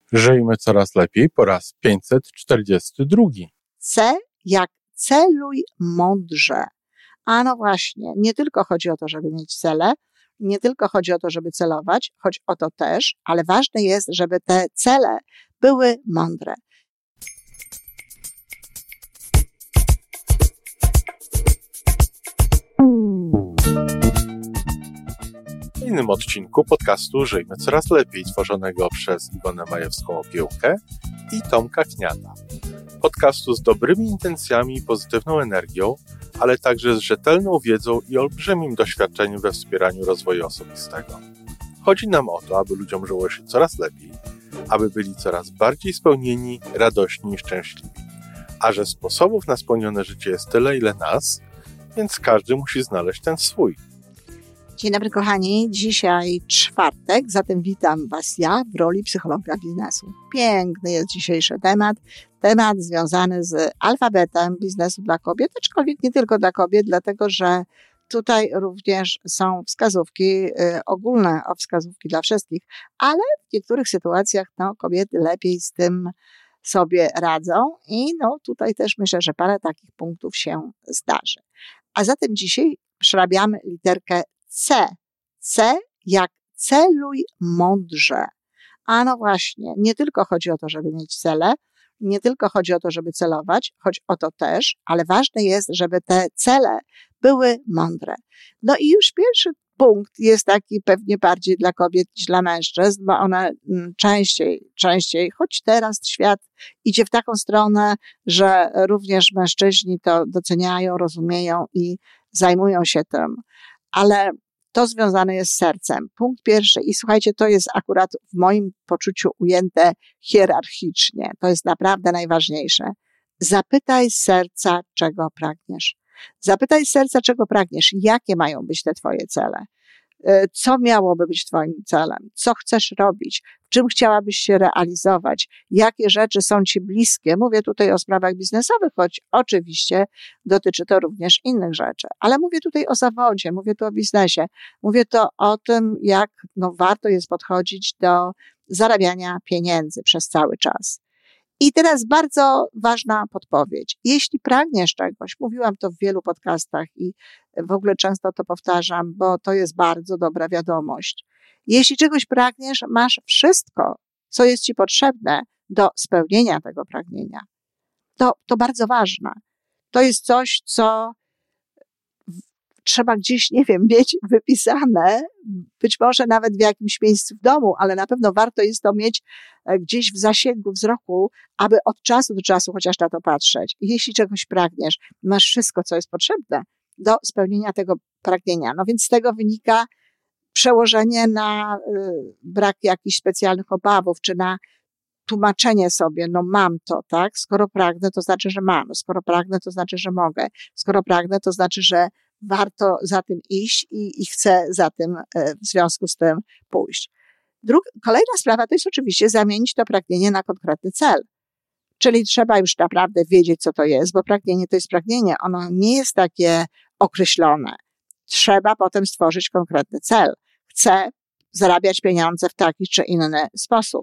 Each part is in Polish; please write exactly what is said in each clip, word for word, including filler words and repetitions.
Żyjmy coraz lepiej po raz pięćset czterdziesty drugi. C jak celuj mądrze. A no właśnie, nie tylko chodzi o to, żeby mieć cele, nie tylko chodzi o to, żeby celować, choć o to też, ale ważne jest, żeby te cele były mądre. W innym odcinku podcastu Żyjmy Coraz Lepiej, tworzonego przez Iwonę Majewską-Opiełkę i Tomka Kniata. Podcastu z dobrymi intencjami i pozytywną energią, ale także z rzetelną wiedzą i olbrzymim doświadczeniem we wspieraniu rozwoju osobistego. Chodzi nam o to, aby ludziom żyło się coraz lepiej, aby byli coraz bardziej spełnieni, radośni i szczęśliwi. A że sposobów na spełnione życie jest tyle, ile nas, więc każdy musi znaleźć ten swój. Dzień dobry kochani, dzisiaj czwartek, zatem witam Was ja w roli psychologa biznesu. Piękny jest dzisiejszy temat, temat związany z alfabetem biznesu dla kobiet, aczkolwiek nie tylko dla kobiet, dlatego że tutaj również są wskazówki y, ogólne, o wskazówki dla wszystkich, ale w niektórych sytuacjach no, kobiety lepiej z tym sobie radzą i no, tutaj też myślę, że parę takich punktów się zdarzy. A zatem dzisiaj przerabiamy literkę C. C jak celuj mądrze. A no właśnie, nie tylko chodzi o to, żeby mieć cele, nie tylko chodzi o to, żeby celować, choć o to też, ale ważne jest, żeby te cele były mądre. No i już pierwszy punkt jest taki pewnie bardziej dla kobiet niż dla mężczyzn, bo one częściej, częściej, choć teraz świat idzie w taką stronę, że również mężczyźni to doceniają, rozumieją i zajmują się tym. Ale to związane jest z sercem. Punkt pierwszy i słuchajcie, to jest akurat w moim poczuciu ujęte hierarchicznie. To jest naprawdę najważniejsze. Zapytaj z serca, czego pragniesz. Zapytaj z serca, czego pragniesz. Jakie mają być te twoje cele? Co miałoby być twoim celem? Co chcesz robić? W czym chciałabyś się realizować? Jakie rzeczy są ci bliskie? Mówię tutaj o sprawach biznesowych, choć oczywiście dotyczy to również innych rzeczy. Ale mówię tutaj o zawodzie, mówię tu o biznesie. Mówię to o tym, jak no, warto jest podchodzić do zarabiania pieniędzy przez cały czas. I teraz bardzo ważna podpowiedź. Jeśli pragniesz czegoś, mówiłam to w wielu podcastach i w ogóle często to powtarzam, bo to jest bardzo dobra wiadomość. Jeśli czegoś pragniesz, masz wszystko, co jest ci potrzebne do spełnienia tego pragnienia. To, to bardzo ważne. To jest coś, co trzeba gdzieś, nie wiem, mieć wypisane, być może nawet w jakimś miejscu w domu, ale na pewno warto jest to mieć gdzieś w zasięgu wzroku, aby od czasu do czasu chociaż na to patrzeć. Jeśli czegoś pragniesz, masz wszystko, co jest potrzebne do spełnienia tego pragnienia. No więc z tego wynika przełożenie na y, brak jakichś specjalnych obawów, czy na tłumaczenie sobie, no mam to, tak? Skoro pragnę, to znaczy, że mam. Skoro pragnę, to znaczy, że mogę. Skoro pragnę, to znaczy, że warto za tym iść i, i chcę za tym, w związku z tym pójść. Drug, kolejna sprawa to jest oczywiście zamienić to pragnienie na konkretny cel. Czyli trzeba już naprawdę wiedzieć, co to jest, bo pragnienie to jest pragnienie. Ono nie jest takie określone. Trzeba potem stworzyć konkretny cel. Chcę zarabiać pieniądze w taki czy inny sposób.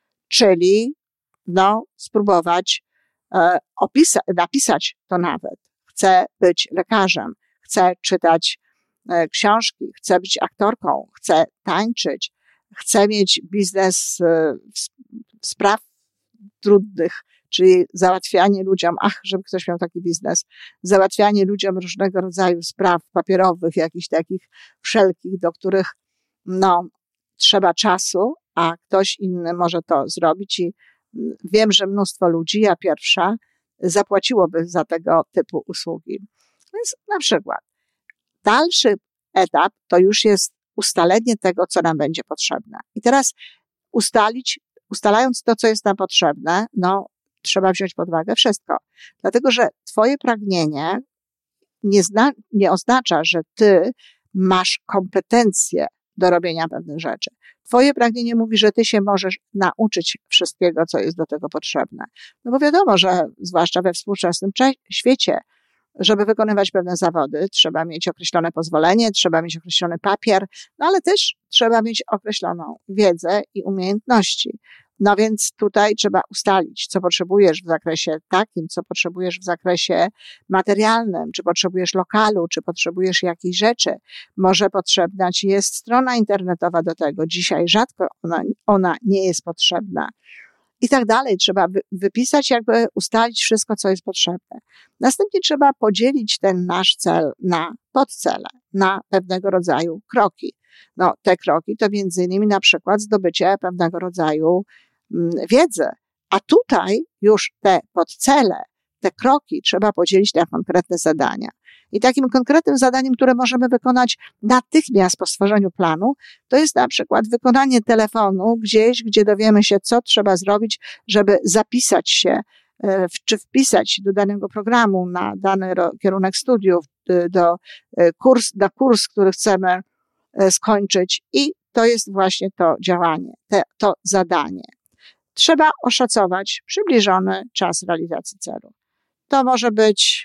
Czyli no, spróbować e, opisa- napisać to nawet. Chcę być lekarzem. Chcę czytać e, książki, chcę być aktorką, chcę tańczyć, chcę mieć biznes e, spraw trudnych, czyli załatwianie ludziom, ach, żeby ktoś miał taki biznes, załatwianie ludziom różnego rodzaju spraw papierowych, jakichś takich wszelkich, do których no, trzeba czasu, a ktoś inny może to zrobić i wiem, że mnóstwo ludzi, ja pierwsza, zapłaciłoby za tego typu usługi. Więc na przykład dalszy etap to już jest ustalenie tego, co nam będzie potrzebne. I teraz ustalić, ustalając to, co jest nam potrzebne, no trzeba wziąć pod uwagę wszystko. Dlatego, że twoje pragnienie nie, zna, nie oznacza, że ty masz kompetencje do robienia pewnych rzeczy. Twoje pragnienie mówi, że ty się możesz nauczyć wszystkiego, co jest do tego potrzebne. No bo wiadomo, że zwłaszcza we współczesnym świecie, żeby wykonywać pewne zawody, trzeba mieć określone pozwolenie, trzeba mieć określony papier, no ale też trzeba mieć określoną wiedzę i umiejętności. No więc tutaj trzeba ustalić, co potrzebujesz w zakresie takim, co potrzebujesz w zakresie materialnym, czy potrzebujesz lokalu, czy potrzebujesz jakiejś rzeczy. Może potrzebna ci jest strona internetowa do tego. Dzisiaj rzadko ona, ona nie jest potrzebna. I tak dalej. Trzeba wypisać, jakby ustalić wszystko, co jest potrzebne. Następnie trzeba podzielić ten nasz cel na podcele, na pewnego rodzaju kroki. No, te kroki to między innymi na przykład zdobycie pewnego rodzaju mm, wiedzy. A tutaj już te podcele, te kroki trzeba podzielić na konkretne zadania. I takim konkretnym zadaniem, które możemy wykonać natychmiast po stworzeniu planu, to jest na przykład wykonanie telefonu gdzieś, gdzie dowiemy się, co trzeba zrobić, żeby zapisać się, czy wpisać do danego programu na dany kierunek studiów, do kurs, na kurs, który chcemy skończyć. I to jest właśnie to działanie, te, to zadanie. Trzeba oszacować przybliżony czas realizacji celu. To może być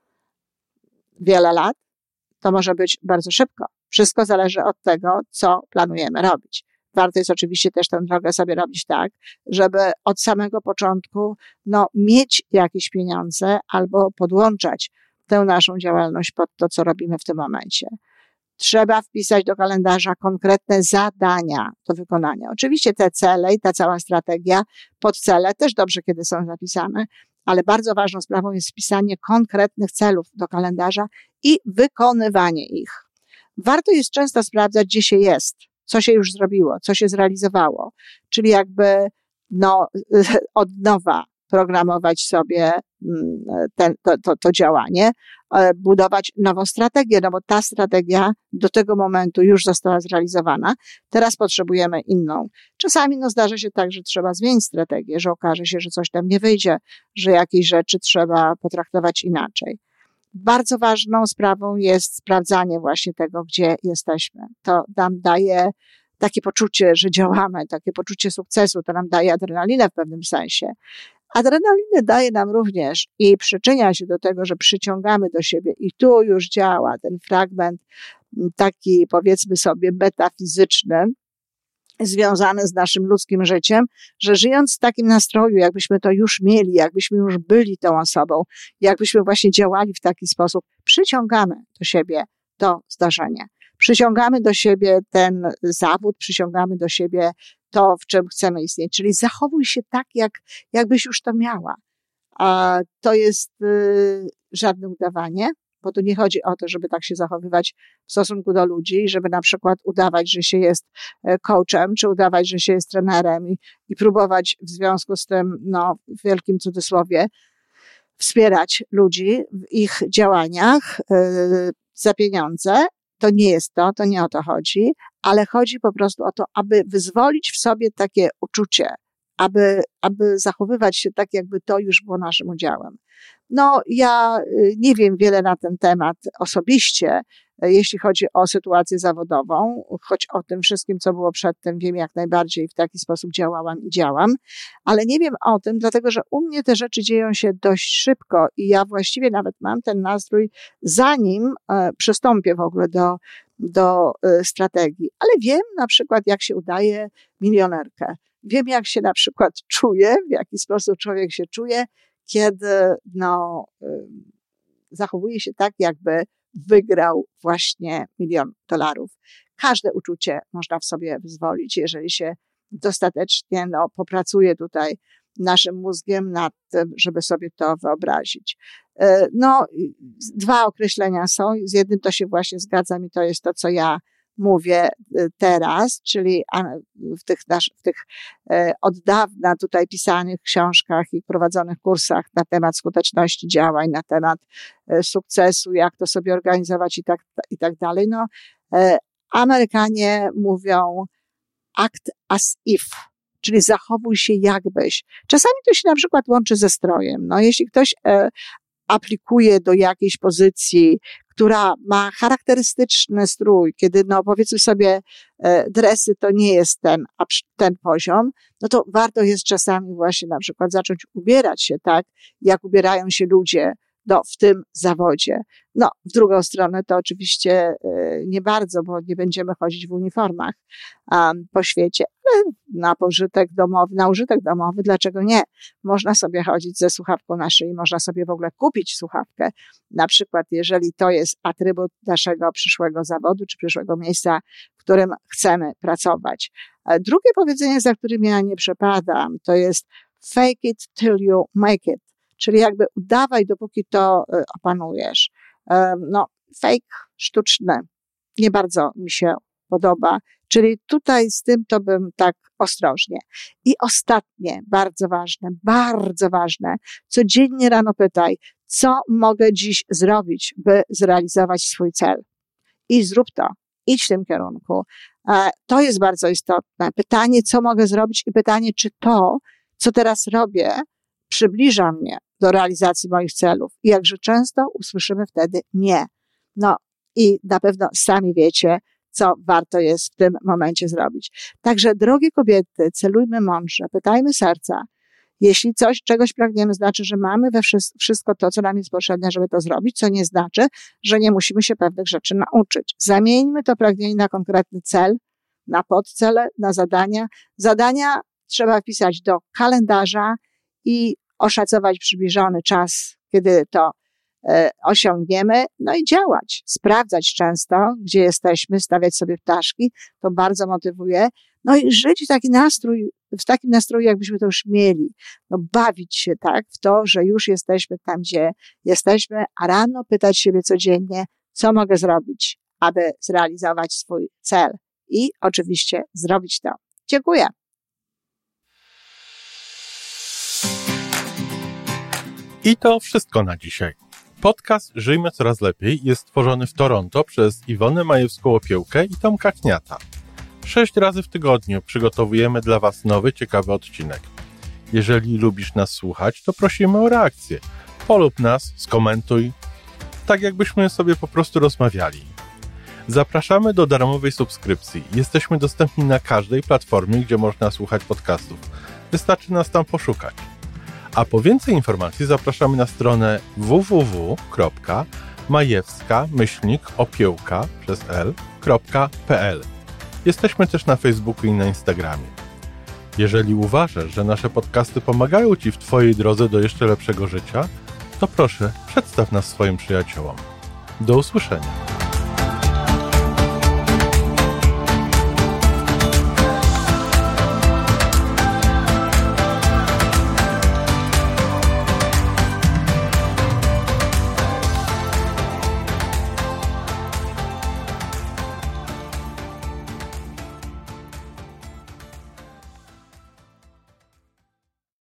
wiele lat, to może być bardzo szybko. Wszystko zależy od tego, co planujemy robić. Warto jest oczywiście też tę drogę sobie robić tak, żeby od samego początku no, mieć jakieś pieniądze albo podłączać tę naszą działalność pod to, co robimy w tym momencie. Trzeba wpisać do kalendarza konkretne zadania do wykonania. Oczywiście te cele i ta cała strategia, podcele też dobrze, kiedy są zapisane, ale bardzo ważną sprawą jest wpisanie konkretnych celów do kalendarza i wykonywanie ich. Warto jest często sprawdzać, gdzie się jest, co się już zrobiło, co się zrealizowało, czyli jakby no, od nowa programować sobie ten, to, to, to działanie, budować nową strategię, no bo ta strategia do tego momentu już została zrealizowana. Teraz potrzebujemy inną. Czasami no, zdarza się tak, że trzeba zmienić strategię, że okaże się, że coś tam nie wyjdzie, że jakieś rzeczy trzeba potraktować inaczej. Bardzo ważną sprawą jest sprawdzanie właśnie tego, gdzie jesteśmy. To nam daje takie poczucie, że działamy, takie poczucie sukcesu, to nam daje adrenalinę w pewnym sensie. Adrenalinę daje nam również i przyczynia się do tego, że przyciągamy do siebie i tu już działa ten fragment taki, powiedzmy sobie, metafizyczny, związany z naszym ludzkim życiem, że żyjąc w takim nastroju, jakbyśmy to już mieli, jakbyśmy już byli tą osobą, jakbyśmy właśnie działali w taki sposób, przyciągamy do siebie to zdarzenie. Przyciągamy do siebie ten zawód, przyciągamy do siebie to, w czym chcemy istnieć. Czyli zachowuj się tak, jak, jakbyś już to miała. A to jest y, żadne udawanie, bo tu nie chodzi o to, żeby tak się zachowywać w stosunku do ludzi, żeby na przykład udawać, że się jest coachem, czy udawać, że się jest trenerem i, i próbować w związku z tym, no, w wielkim cudzysłowie, wspierać ludzi w ich działaniach y, za pieniądze. To nie jest to, to nie o to chodzi, ale chodzi po prostu o to, aby wyzwolić w sobie takie uczucie, aby, aby zachowywać się tak, jakby to już było naszym udziałem. No, ja nie wiem wiele na ten temat osobiście, jeśli chodzi o sytuację zawodową, choć o tym wszystkim, co było przedtem, wiem jak najbardziej, w taki sposób działałam i działam, ale nie wiem o tym, dlatego że u mnie te rzeczy dzieją się dość szybko i ja właściwie nawet mam ten nastrój, zanim e, przystąpię w ogóle do, do e, strategii. Ale wiem na przykład, jak się udaje milionerkę. Wiem, jak się na przykład czuję, w jaki sposób człowiek się czuje, kiedy no, e, zachowuje się tak, jakby wygrał właśnie milion dolarów. Każde uczucie można w sobie wyzwolić, jeżeli się dostatecznie no, popracuje tutaj naszym mózgiem nad tym, żeby sobie to wyobrazić. No, dwa określenia są. Z jednym to się właśnie zgadzam i to jest to, co ja mówię teraz, czyli w tych, nasz, w tych od dawna tutaj pisanych książkach i prowadzonych kursach na temat skuteczności działań, na temat sukcesu, jak to sobie organizować i tak, i tak dalej. No, Amerykanie mówią act as if, czyli zachowuj się jakbyś. Czasami to się na przykład łączy ze strojem. No, jeśli ktoś aplikuje do jakiejś pozycji, która ma charakterystyczny strój, kiedy no powiedzmy sobie dresy to nie jest ten, ten poziom, no to warto jest czasami właśnie na przykład zacząć ubierać się tak, jak ubierają się ludzie no, w tym zawodzie. No, w drugą stronę to oczywiście nie bardzo, bo nie będziemy chodzić w uniformach um, po świecie, ale na pożytek domowy, na użytek domowy, dlaczego nie? Można sobie chodzić ze słuchawką na szyi, można sobie w ogóle kupić słuchawkę. Na przykład, jeżeli to jest atrybut naszego przyszłego zawodu, czy przyszłego miejsca, w którym chcemy pracować. Drugie powiedzenie, za którym ja nie przepadam, to jest fake it till you make it. Czyli jakby udawaj, dopóki to opanujesz. No, fake sztuczny nie bardzo mi się podoba. Czyli tutaj z tym to bym tak ostrożnie. I ostatnie, bardzo ważne, bardzo ważne. Codziennie rano pytaj, co mogę dziś zrobić, by zrealizować swój cel. I zrób to. Idź w tym kierunku. To jest bardzo istotne. Pytanie, co mogę zrobić i pytanie, czy to, co teraz robię, przybliża mnie do realizacji moich celów. I jakże często usłyszymy wtedy nie. No i na pewno sami wiecie, co warto jest w tym momencie zrobić. Także, drogie kobiety, celujmy mądrze, pytajmy serca. Jeśli coś, czegoś pragniemy, znaczy, że mamy we wszystko to, co nam jest potrzebne, żeby to zrobić, co nie znaczy, że nie musimy się pewnych rzeczy nauczyć. Zamieńmy to pragnienie na konkretny cel, na podcele, na zadania. Zadania trzeba wpisać do kalendarza i oszacować przybliżony czas, kiedy to e, osiągniemy, no i działać, sprawdzać często, gdzie jesteśmy, stawiać sobie ptaszki, to bardzo motywuje, no i żyć w taki nastrój, w takim nastroju, jakbyśmy to już mieli, no bawić się tak w to, że już jesteśmy tam, gdzie jesteśmy, a rano pytać siebie codziennie, co mogę zrobić, aby zrealizować swój cel i oczywiście zrobić to. Dziękuję. I to wszystko na dzisiaj. Podcast Żyjmy Coraz Lepiej jest stworzony w Toronto przez Iwonę Majewską-Opiełkę i Tomka Kniata. Sześć razy w tygodniu przygotowujemy dla Was nowy, ciekawy odcinek. Jeżeli lubisz nas słuchać, to prosimy o reakcję. Polub nas, skomentuj, tak jakbyśmy sobie po prostu rozmawiali. Zapraszamy do darmowej subskrypcji. Jesteśmy dostępni na każdej platformie, gdzie można słuchać podcastów. Wystarczy nas tam poszukać. A po więcej informacji zapraszamy na stronę w w w kropka majewska myślnik opiełka przez l kropka p l. Jesteśmy też na Facebooku i na Instagramie. Jeżeli uważasz, że nasze podcasty pomagają Ci w Twojej drodze do jeszcze lepszego życia, to proszę, przedstaw nas swoim przyjaciołom. Do usłyszenia.